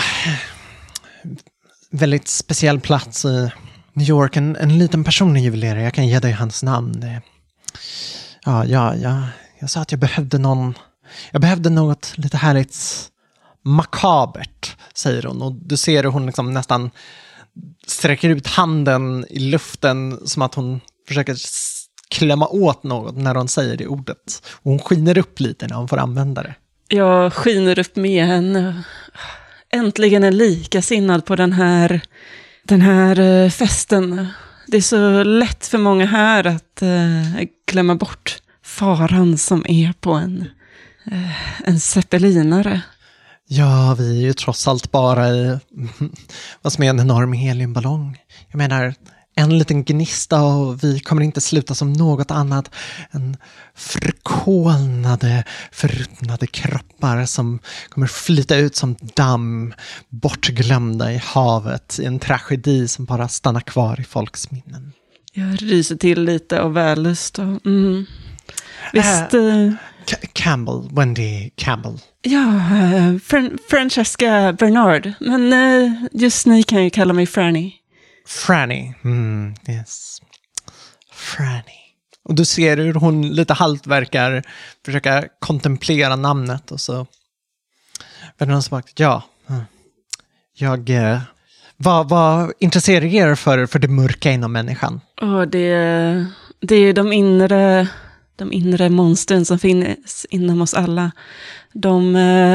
väldigt speciell plats i New York. En, en liten personlig juvelerare. Jag kan ge dig hans namn. Det, ja, ja, ja, jag sa att jag behövde någon... Jag behövde något lite härligt makabert, säger hon. Och du ser hur hon liksom nästan sträcker ut handen i luften som att hon försöker klämma åt något när hon säger det ordet. Och hon skiner upp lite när hon får använda det. Jag skiner upp med henne. äntligen en likasinnad på den här, den här festen. Det är så lätt för många här att uh, glömma bort faran som är på en, uh, en zeppelinare. Ja, vi är ju trots allt bara i vad som är en enorm heliumballong. Jag menar, en liten gnista och vi kommer inte sluta som något annat än förkolnade, förruttnade kroppar som kommer flyta ut som damm, bortglömda i havet i en tragedi som bara stannar kvar i folks minnen. Jag ryser till lite av vällust. Och, mm. Visst... Uh, C- Campbell, Wendy Campbell. Ja, uh, Fran- Francesca Bernard. Men uh, just ni kan ju kalla mig Franny. Franny, mm, yes. Franny. Och du ser hur hon lite halvt verkar försöka kontemplera namnet och så vänder hon sig bak. Ja, jag... Eh, vad, vad intresserar er för, för det mörka inom människan? Oh, det, det är de inre, de inre monstren som finns inom oss alla. De,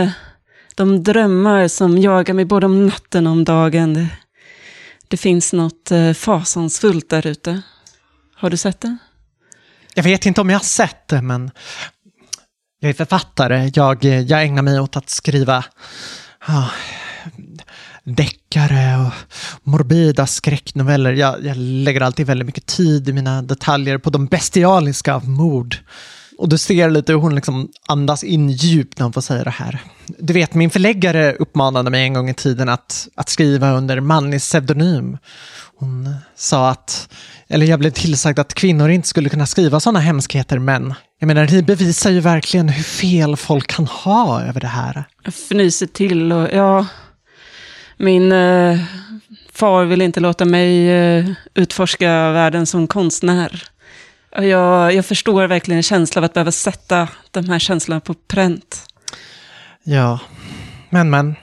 de drömmar som jagar mig både om natten och om dagen. Det, det finns något fasansfullt där ute. Har du sett det? Jag vet inte om jag har sett det, men jag är författare. Jag, jag ägnar mig åt att skriva ah, deckare och morbida skräcknoveller. Jag, jag lägger alltid väldigt mycket tid i mina detaljer på de bestialiska av mord. Och du ser lite hur hon liksom andas in djupt när hon får säga det här. Du vet, min förläggare uppmanade mig en gång i tiden att, att skriva under manlig pseudonym. Hon sa att, eller jag blev tillsagd att kvinnor inte skulle kunna skriva sådana hemskheter, men jag menar, det bevisar ju verkligen hur fel folk kan ha över det här. Jag fnyser till och ja, min eh, far vill inte låta mig eh, utforska världen som konstnär. Och jag, jag förstår verkligen en känsla av att behöva sätta de här känslorna på pränt. Ja, men men.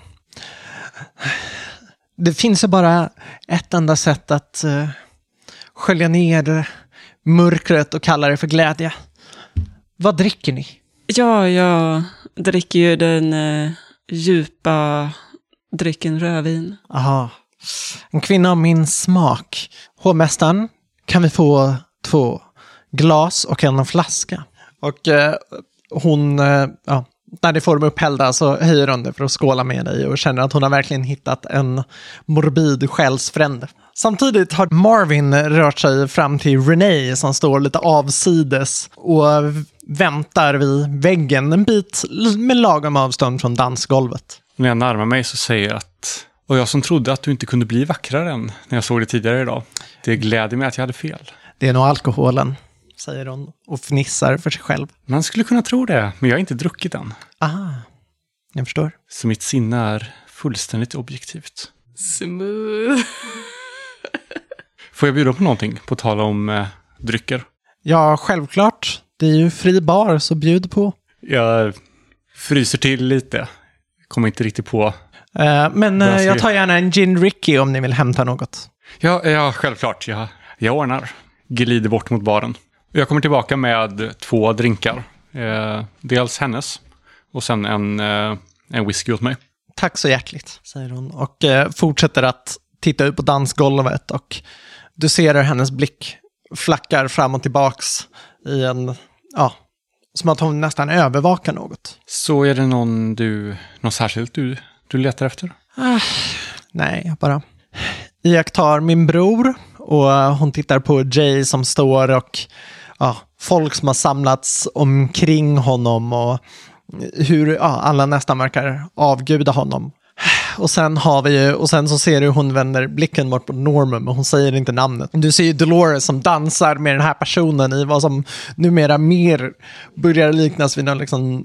Det finns ju bara ett enda sätt att uh, skölja ner mörkret och kalla det för glädje. Vad dricker ni? Ja, jag dricker ju den uh, djupa drycken rödvin. Aha. En kvinna av min smak. Hovmästaren, kan vi få två glas och en flaska? Och uh, hon... Uh, ja. När det får dem upphällda så höjer hon det för att skåla med dig och känner att hon har verkligen hittat en morbid själsfrände. Samtidigt har Marvin rört sig fram till Renee som står lite avsides och väntar vid väggen en bit med lagom avstånd från dansgolvet. När jag närmar mig så säger jag att, och jag som trodde att du inte kunde bli vackrare än när jag såg det tidigare idag. Det gläder mig att jag hade fel. Det är nog alkoholen, säger hon och fnissar för sig själv. Man skulle kunna tro det, men jag har inte druckit än. Aha, jag förstår. Så mitt sinne är fullständigt objektivt. Smooth. Får jag bjuda på någonting på tal om eh, drycker? Ja, självklart. Det är ju fri bar, så bjud på. Jag fryser till lite. Kommer inte riktigt på. Uh, men uh, jag tar gärna en gin Ricky om ni vill hämta något. Ja, ja självklart. Jag, jag ordnar. Glider bort mot baren. Jag kommer tillbaka med två drinkar. Eh, dels hennes och sen en, eh, en whisky åt mig. Tack så hjärtligt, säger hon. Och eh, fortsätter att titta ut på dansgolvet. Och du ser hur hennes blick flackar fram och tillbaks i en... Ja, som att hon nästan övervakar något. Så är det någon du... Någon särskilt du, du letar efter? Ah, nej, jag bara iakttar min bror. Och hon tittar på Jay som står och... Ja, folk som har samlats omkring honom och hur ja, alla nästan verkar avguda honom. Och sen har vi ju, och sen så ser du hon vänder blicken bort på Norman, men hon säger inte namnet. Du ser ju Dolores som dansar med den här personen i vad som numera mer börjar liknas vid någon liksom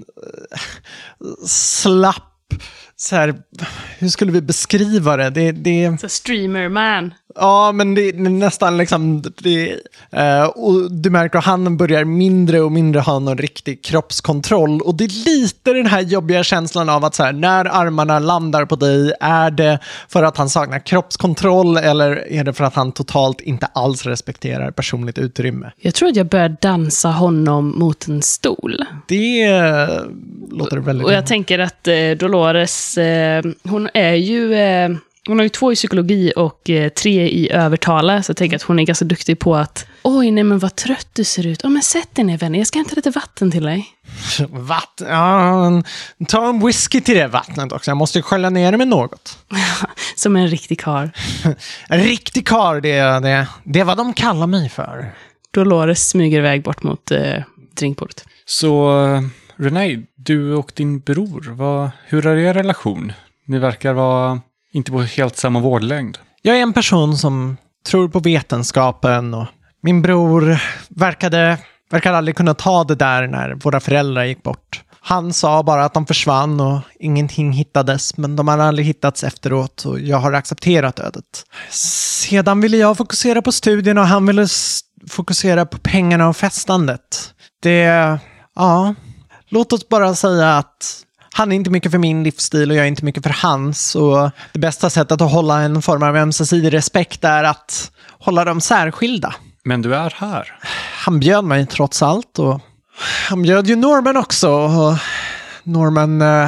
slapp, så här, hur skulle vi beskriva det? Det, det Så streamer man. Ja, men det är nästan liksom det, uh, och du märker att han börjar mindre och mindre ha någon riktig kroppskontroll, och det är lite den här jobbiga känslan av att så här, när armarna landar på dig, är det för att han saknar kroppskontroll eller är det för att han totalt inte alls respekterar personligt utrymme? Jag tror att jag börjar dansa honom mot en stol. Det låter väldigt... Och jag tänker att eh, Dolores, eh, hon är ju... Eh, hon har ju två i psykologi och eh, tre i övertala. Så jag tänker att hon är ganska duktig på att... Oj, nej men vad trött du ser ut. Ja, men sätt dig ner, vänner. Jag ska hämta lite vatten till dig. Vatten? Ja, ta en whisky till det vattnet också. Jag måste skölja ner det med något. Som en riktig kar. En riktig kar, det, det, det är vad de kallar mig för. Dolores smyger iväg bort mot eh, drinkbordet. Så, René, du och din bror, vad, hur är er relation? Ni verkar vara inte på helt samma våglängd. Jag är en person som tror på vetenskapen och min bror verkade, verkade aldrig kunna ta det där när våra föräldrar gick bort. Han sa bara att de försvann och ingenting hittades, men de har aldrig hittats efteråt och jag har accepterat ödet. Sedan ville jag fokusera på studien och han ville s- fokusera på pengarna och festandet. Det, ja, låt oss bara säga att han är inte mycket för min livsstil och jag är inte mycket för hans. Och det bästa sättet att hålla en form av ömsesidig respekt är att hålla dem särskilda. Men du är här. Han bjöd mig trots allt och han bjöd ju Norman också. Och Norman eh,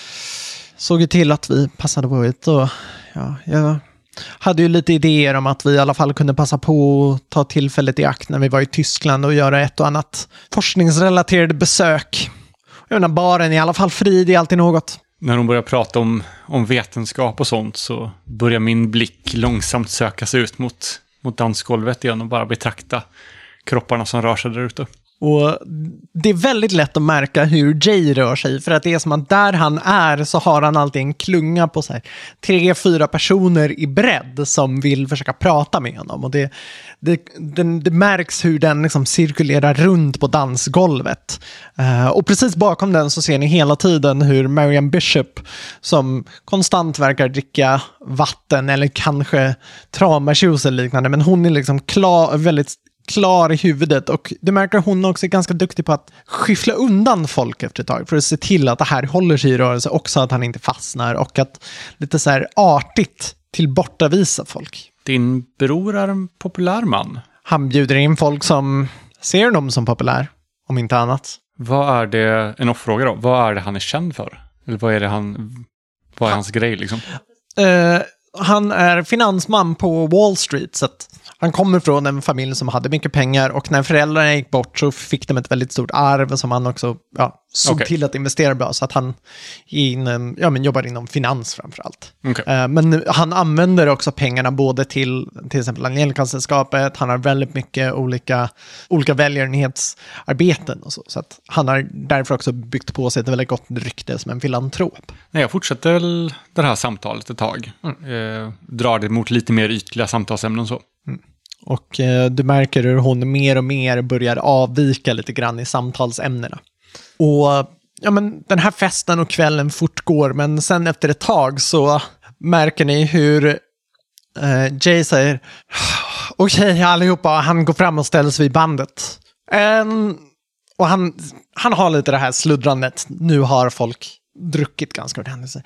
såg ju till att vi passade på hit. Och ja, jag hade ju lite idéer om att vi i alla fall kunde passa på att ta tillfället i akt när vi var i Tyskland och göra ett och annat forskningsrelaterade besök. Jag menar, baren i alla fall fri, det är alltid något. När hon börjar prata om, om vetenskap och sånt så börjar min blick långsamt söka sig ut mot, mot dansgolvet igen och bara betrakta kropparna som rör sig där ute. Och det är väldigt lätt att märka hur Jay rör sig, för att det är som att där han är så har han alltid en klunga på så här tre, fyra personer i bredd som vill försöka prata med honom. Och det, det, det, det märks hur den liksom cirkulerar runt på dansgolvet. Uh, och precis bakom den så ser ni hela tiden hur Marian Bishop, som konstant verkar dricka vatten eller kanske tramarjuice eller liknande, men hon är liksom klar, väldigt klar i huvudet, och du märker att hon också är ganska duktig på att skyffla undan folk efter ett tag för att se till att det här håller sig i rörelse också, att han inte fastnar, och att lite så här artigt tillbortavisa folk. Din bror är en populär man. Han bjuder in folk som ser honom som populär, om inte annat. Vad är det, en off-fråga då, vad är det han är känd för? Eller vad är det han, vad är hans grej liksom? Uh, han är finansman på Wall Street, så att han kommer från en familj som hade mycket pengar, och när föräldrarna gick bort så fick de ett väldigt stort arv som han också ja, såg okay. till att investera bra, så att han in, ja, men jobbar inom finans framförallt. Okay. Uh, men han använder också pengarna både till till exempel Angelica-sällskapet, han har väldigt mycket olika, olika välgörenhetsarbeten och så, så att han har därför också byggt på sig ett väldigt gott rykte som en filantrop. Nej, jag fortsätter det här samtalet ett tag. Mm. Eh, drar det mot lite mer ytliga samtalsämnen så. Mm. Och eh, du märker hur hon mer och mer börjar avvika lite grann i samtalsämnena. Och ja, men den här festen och kvällen fortgår, men sen efter ett tag så märker ni hur eh, Jay säger okej okay, allihopa, han går fram och ställer sig vid bandet. Um, och han, han har lite det här sluddrandet. Nu har folk druckit ganska ordentligt.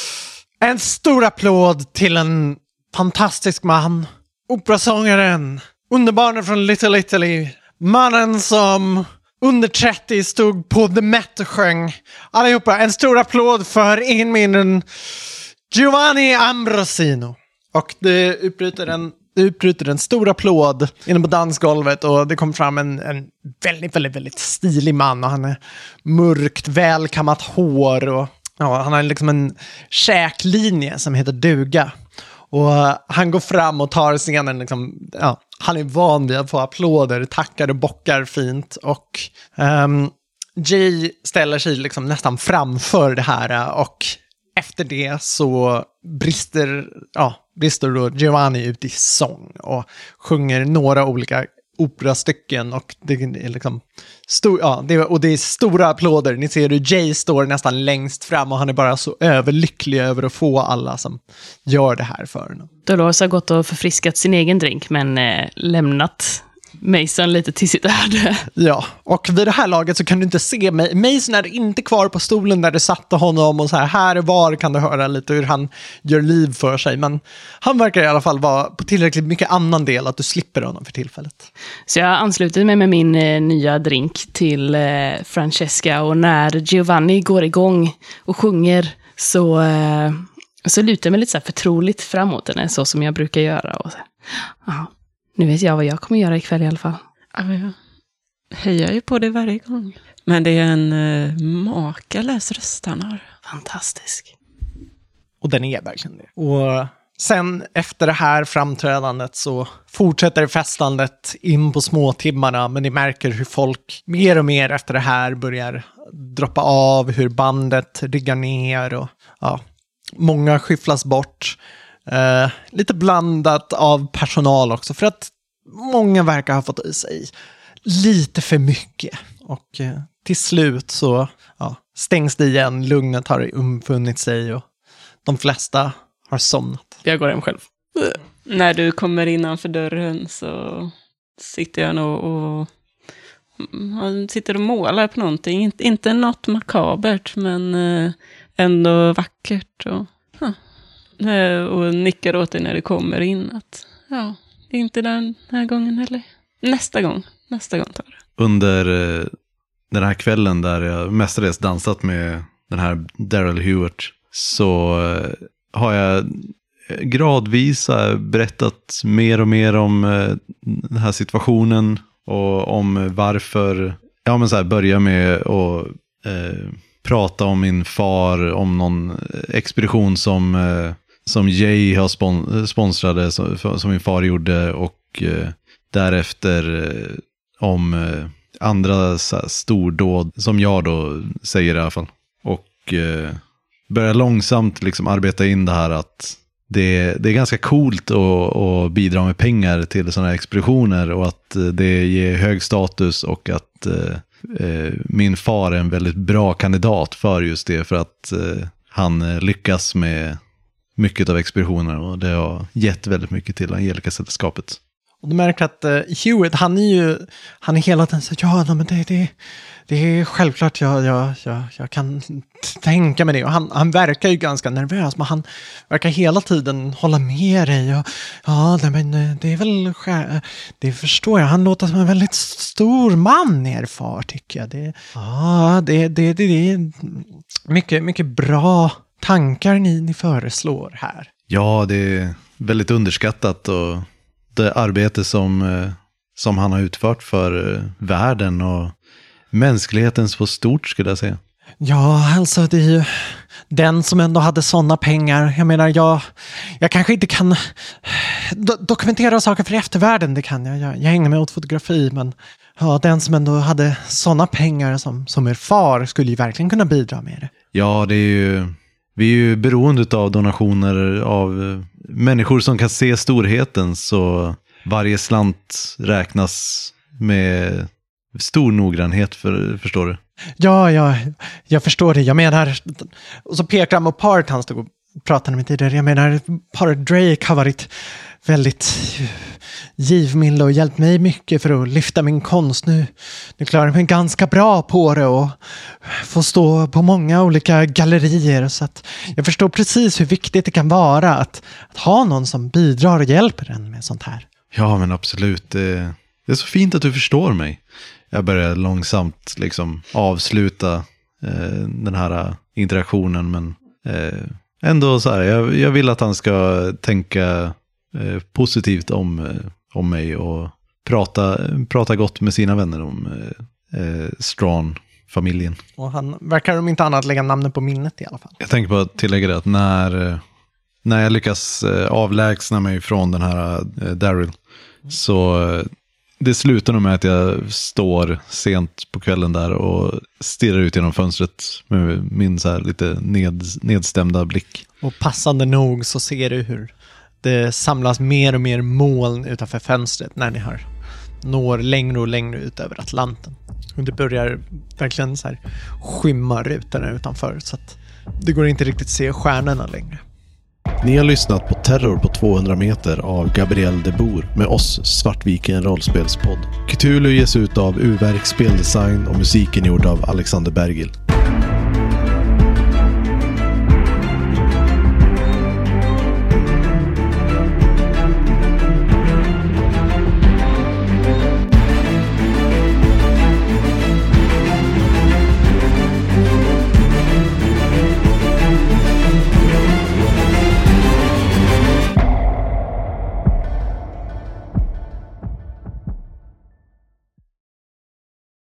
En stor applåd till en fantastisk man. Operasångaren, underbarnen från Little Italy, mannen som under trettio stod på The Met och sjöng. Allihopa, en stor applåd för ingen mindre än Giovanni Ambrosino. Och det utbryter en, det utbryter en stor applåd inne på dansgolvet, och det kommer fram en, en väldigt, väldigt, väldigt stilig man, och han är mörkt, välkammat hår, och ja, han har liksom en käklinje som heter duga. Och han går fram och tar scenen, liksom, ja, han är van vid att få applåder, tackar och bockar fint. Och um, Jay ställer sig liksom nästan framför det här, och efter det så brister, ja, brister då Giovanni ut i sång och sjunger några olika operastycken, och det är liksom stor, ja, det är, och det är stora applåder. Ni ser hur Jay står nästan längst fram, och han är bara så överlycklig över att få alla som gör det här för honom. Dolores har gått och förfriskat sin egen drink, men eh, lämnat Mason lite till sitt öde. Ja, och vid det här laget så kan du inte se mig. Mason är inte kvar på stolen där du satte honom och så här, här och var kan du höra lite hur han gör liv för sig. Men han verkar i alla fall vara på tillräckligt mycket annan del att du slipper honom för tillfället. Så jag ansluter mig med min eh, nya drink till eh, Francesca, och när Giovanni går igång och sjunger så, eh, så lutar jag mig lite så här förtroligt framåt henne, så som jag brukar göra. Och så, aha, nu vet jag vad jag kommer göra ikväll i alla fall. Ja, jag hejar ju på det varje gång. Men det är en uh, makalös röst han har. Fantastisk. Och den är verkligen det. Och sen efter det här framträdandet så fortsätter festandet in på småtimmarna, men ni märker hur folk mer och mer efter det här börjar droppa av, hur bandet riggar ner och ja, många skyfflas bort. Uh, lite blandat av personal också, för att många verkar ha fått i sig lite för mycket. Och uh, till slut så ja, stängs det igen, lugnet har umfunnit sig och de flesta har somnat. Jag går hem själv. När du kommer innanför dörren så sitter jag nog och han sitter och målar på någonting. Inte, inte något makabert, men uh, ändå vackert och ja. Och nickar åt dig när du kommer in att ja, det är inte den här gången heller. Nästa gång, nästa gång tar det. Under eh, den här kvällen där jag mestadels dansat med den här Daryl Hewitt så eh, har jag gradvis eh, berättat mer och mer om eh, den här situationen och om varför, ja men så här, börja med att eh, prata om min far, om någon expedition som eh, som Jay har spon- sponsrade som, som min far gjorde, och eh, därefter eh, om eh, andra så här, stordåd som jag då säger i alla fall, och eh, börja långsamt liksom arbeta in det här att det, det är ganska coolt att, att bidra med pengar till sådana här expeditioner och att det ger hög status och att eh, min far är en väldigt bra kandidat för just det, för att eh, han lyckas med mycket av expeditioner och det har gett väldigt mycket till Angelica-sällskapet. Och du märker att uh, Hewitt, han är ju han är hela tiden så ja, men det, det, det är självklart jag, jag, jag, jag kan tänka mig det. Och han, han verkar ju ganska nervös, men han verkar hela tiden hålla med dig. Och, ja, men det är väl det förstår jag. Han låter som en väldigt stor man, er far, tycker jag. Det, ja, det, det, det, det är mycket, mycket bra tankar ni, ni föreslår här. Ja, det är väldigt underskattat, och det arbete som, som han har utfört för världen och mänskligheten så stort, skulle jag säga. Ja, alltså det är ju den som ändå hade sådana pengar. Jag menar, jag, jag kanske inte kan do- dokumentera saker för eftervärlden, det kan jag. Jag, jag hänger mig åt fotografi, men ja, den som ändå hade sådana pengar som, som er far skulle ju verkligen kunna bidra med det. Ja, det är ju... Vi är ju beroende av donationer av människor som kan se storheten, så varje slant räknas med stor noggrannhet, för, förstår du? Ja, ja, jag förstår det. Jag menar, och så pekar han på paret han stod och pratade med tidigare. Jag menar, paret Drake har varit väldigt givmilda och hjälpt mig mycket för att lyfta min konst. Nu, nu klarar jag mig ganska bra på det och får stå på många olika gallerier. Så att jag förstår precis hur viktigt det kan vara att, att ha någon som bidrar och hjälper en med sånt här. Ja, men absolut. Det, det är så fint att du förstår mig. Jag börjar långsamt liksom avsluta eh, den här interaktionen, men eh, ändå så här, jag, jag vill att han ska tänka eh, positivt om, eh, om mig och prata, prata gott med sina vänner om eh, Strawn-familjen. Och han verkar om inte annat lägga namnet på minnet i alla fall. Jag tänker på att tillägga det att när, när jag lyckas eh, avlägsna mig från den här eh, Daryl, så eh, det slutar nog med att jag står sent på kvällen där och stirrar ut genom fönstret med min så här lite ned, nedstämda blick. Och passande nog så ser du hur det samlas mer och mer moln utanför fönstret när ni har når längre och längre ut över Atlanten. Och det börjar verkligen så här skymma rutorna utanför, så att det går inte riktigt se stjärnorna längre. Ni har lyssnat på Terror på tvåhundra meter av Gabriel de Boer med oss Svartviken rollspelspodd. Cthulhu ges ut av Uverk Speldesign och musiken gjord av Alexander Bergil.